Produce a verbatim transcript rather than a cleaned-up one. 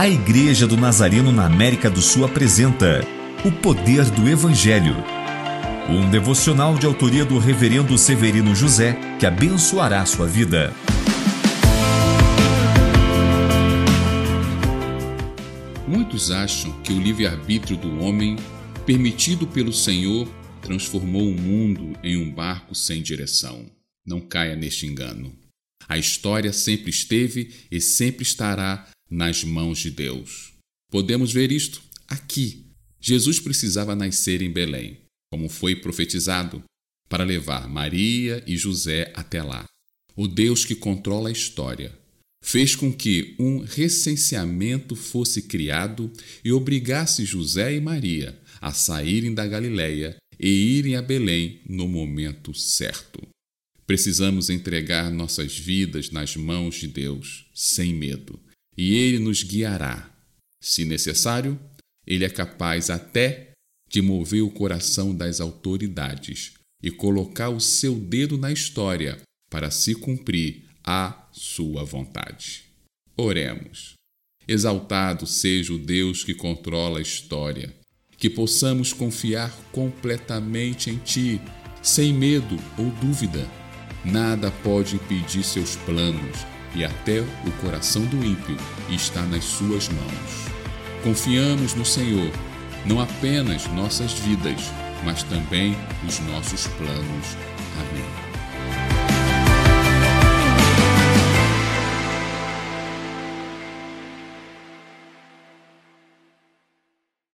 A Igreja do Nazareno na América do Sul apresenta O Poder do Evangelho, um devocional de autoria do Reverendo Severino José, que abençoará sua vida. Muitos acham que o livre-arbítrio do homem, permitido pelo Senhor, transformou o mundo em um barco sem direção. Não caia neste engano. A história sempre esteve e sempre estará nas mãos de Deus. Podemos ver isto aqui. Jesus precisava nascer em Belém, como foi profetizado, para levar Maria e José até lá. O Deus que controla a história fez com que um recenseamento fosse criado e obrigasse José e Maria a saírem da Galileia e irem a Belém no momento certo. Precisamos entregar nossas vidas nas mãos de Deus, sem medo, e Ele nos guiará. Se necessário, Ele é capaz até de mover o coração das autoridades e colocar o seu dedo na história para se cumprir a sua vontade. Oremos. Exaltado seja o Deus que controla a história, que possamos confiar completamente em Ti, sem medo ou dúvida. Nada pode impedir seus planos e até o coração do ímpio está nas suas mãos. Confiamos no Senhor, não apenas nossas vidas, mas também os nossos planos. Amém.